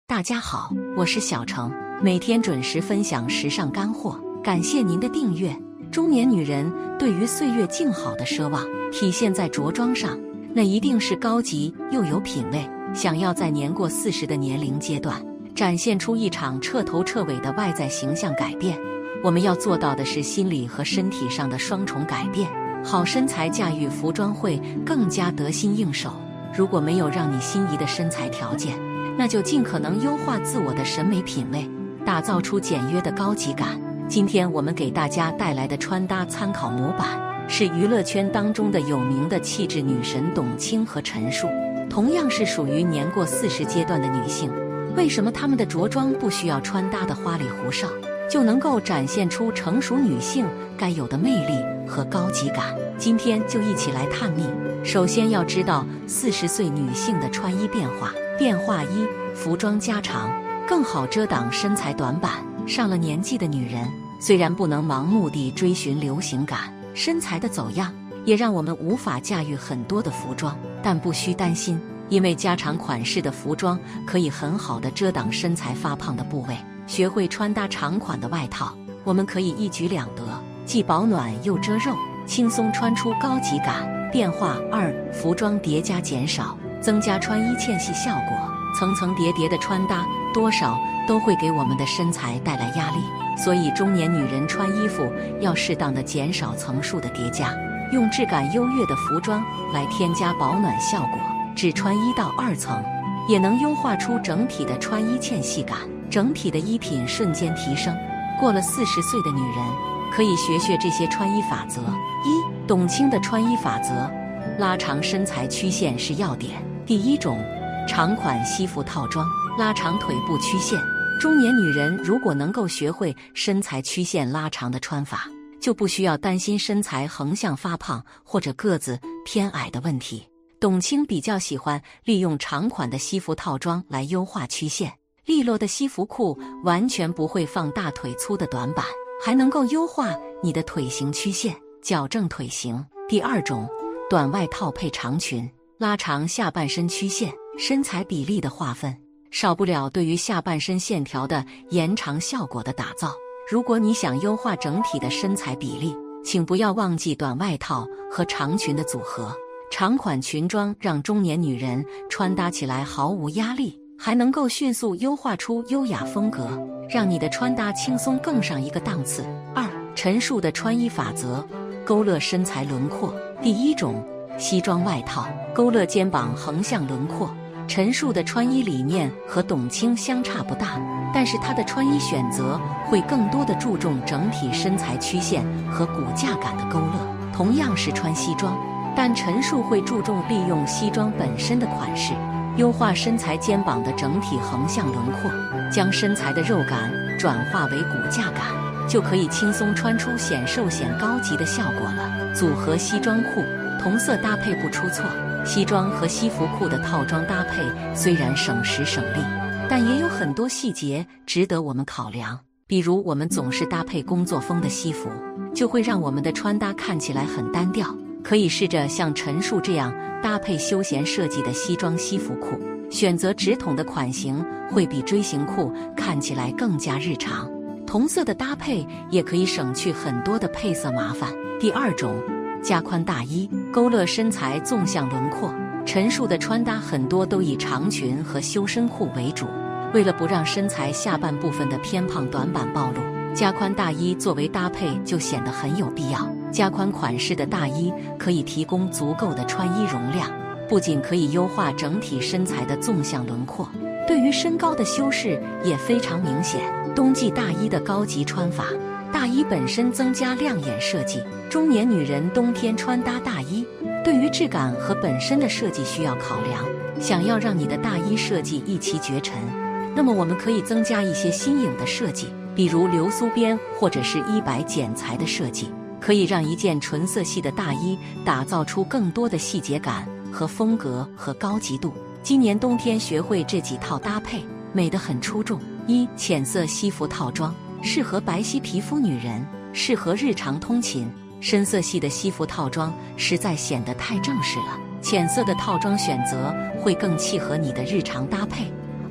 大家好，我是小程，每天准时分享时尚干货，感谢您的订阅。中年女人对于岁月静好的奢望，体现在着装上，那一定是高级又有品味。想要在年过40的年龄阶段，展现出一场彻头彻尾的外在形象改变，我们要做到的是心理和身体上的双重改变。好身材驾驭服装会更加得心应手。如果没有让你心仪的身材条件，那就尽可能优化自我的审美品味，打造出简约的高级感。今天我们给大家带来的穿搭参考模板，是娱乐圈当中的有名的气质女神董卿和陈数，同样是属于年过40阶段的女性。为什么她们的着装不需要穿搭的花里胡哨，就能够展现出成熟女性该有的魅力和高级感？今天就一起来探秘。首先要知道40岁女性的穿衣变化。变化一，服装加长，更好遮挡身材短板。上了年纪的女人，虽然不能盲目地追寻流行感，身材的走样也让我们无法驾驭很多的服装，但不需担心，因为加长款式的服装可以很好地遮挡身材发胖的部位。学会穿搭长款的外套，我们可以一举两得，既保暖又遮肉，轻松穿出高级感。变化二，服装叠加减少，增加穿衣纤细效果。层层叠叠的穿搭多少都会给我们的身材带来压力，所以中年女人穿衣服要适当的减少层数的叠加，用质感优越的服装来添加保暖效果。只穿1到2层也能优化出整体的穿衣纤细感，整体的衣品瞬间提升。过了40岁的女人可以学学这些穿衣法则。一，董卿的穿衣法则，拉长身材曲线是要点。第一种，长款西服套装，拉长腿部曲线。中年女人如果能够学会身材曲线拉长的穿法，就不需要担心身材横向发胖或者个子偏矮的问题。董卿比较喜欢利用长款的西服套装来优化曲线，利落的西服裤完全不会放大腿粗的短板，还能够优化你的腿型曲线，矫正腿型。第二种，短外套配长裙，拉长下半身曲线，身材比例的划分，少不了对于下半身线条的延长效果的打造。如果你想优化整体的身材比例，请不要忘记短外套和长裙的组合。长款裙装让中年女人穿搭起来毫无压力，还能够迅速优化出优雅风格，让你的穿搭轻松更上一个档次。二，陈数的穿衣法则，勾勒身材轮廓。第一种，西装外套，勾勒肩膀横向轮廓。陈数的穿衣理念和董卿相差不大，但是她的穿衣选择会更多的注重整体身材曲线和骨架感的勾勒。同样是穿西装，但陈数会注重利用西装本身的款式，优化身材肩膀的整体横向轮廓，将身材的肉感转化为骨架感，就可以轻松穿出显瘦显高级的效果了。组合西装裤，同色搭配不出错。西装和西服裤的套装搭配虽然省时省力，但也有很多细节值得我们考量。比如我们总是搭配工作风的西服，就会让我们的穿搭看起来很单调。可以试着像陈数这样搭配休闲设计的西装西服裤，选择直筒的款型会比锥形裤看起来更加日常。同色的搭配也可以省去很多的配色麻烦。第二种，加宽大衣，勾勒身材纵向轮廓。陈数的穿搭很多都以长裙和修身裤为主，为了不让身材下半部分的偏胖短板暴露，加宽大衣作为搭配就显得很有必要。加宽款式的大衣可以提供足够的穿衣容量，不仅可以优化整体身材的纵向轮廓，对于身高的修饰也非常明显。冬季大衣的高级穿法，大衣本身增加亮眼设计。中年女人冬天穿搭大衣，对于质感和本身的设计需要考量。想要让你的大衣设计一骑绝尘，那么我们可以增加一些新颖的设计，比如流苏边或者是衣摆剪裁的设计，可以让一件纯色系的大衣打造出更多的细节感和风格和高级度。今年冬天学会这几套搭配，美得很出众。一，浅色西服套装，适合白皙皮肤女人，适合日常通勤。深色系的西服套装实在显得太正式了，浅色的套装选择会更契合你的日常搭配。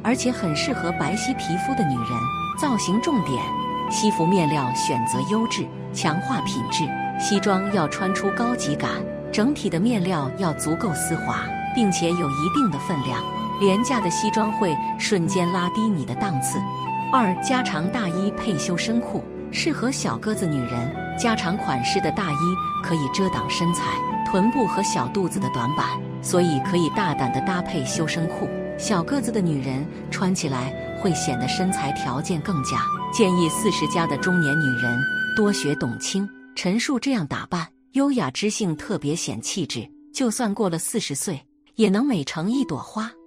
而且很适合白皙皮肤的女人。造型重点：西服面料选择优质，强化品质。西装要穿出高级感，整体的面料要足够丝滑，并且有一定的分量。廉价的西装会瞬间拉低你的档次。2. 加长大衣配修身裤，适合小个子女人。加长款式的大衣可以遮挡身材、臀部和小肚子的短板，所以可以大胆地搭配修身裤。小个子的女人穿起来会显得身材条件更佳。建议40+的中年女人多学董卿、陈数这样打扮，优雅知性，特别显气质。就算过了40岁，也能美成一朵花。